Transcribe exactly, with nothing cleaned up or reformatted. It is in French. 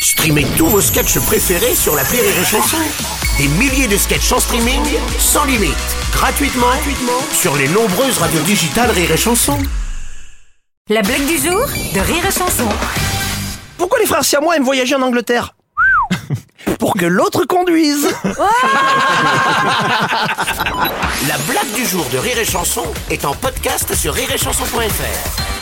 Streamez tous vos sketchs préférés sur l'appli Rire et Chanson. Des milliers de sketchs en streaming, sans limite, gratuitement, gratuitement sur les nombreuses radios digitales Rire et Chanson. La blague du jour de Rire et Chanson. Pourquoi les frères siamois aiment voyager en Angleterre? Pour que l'autre conduise. La blague du jour de Rire et Chanson est en podcast sur rire et chanson point f r.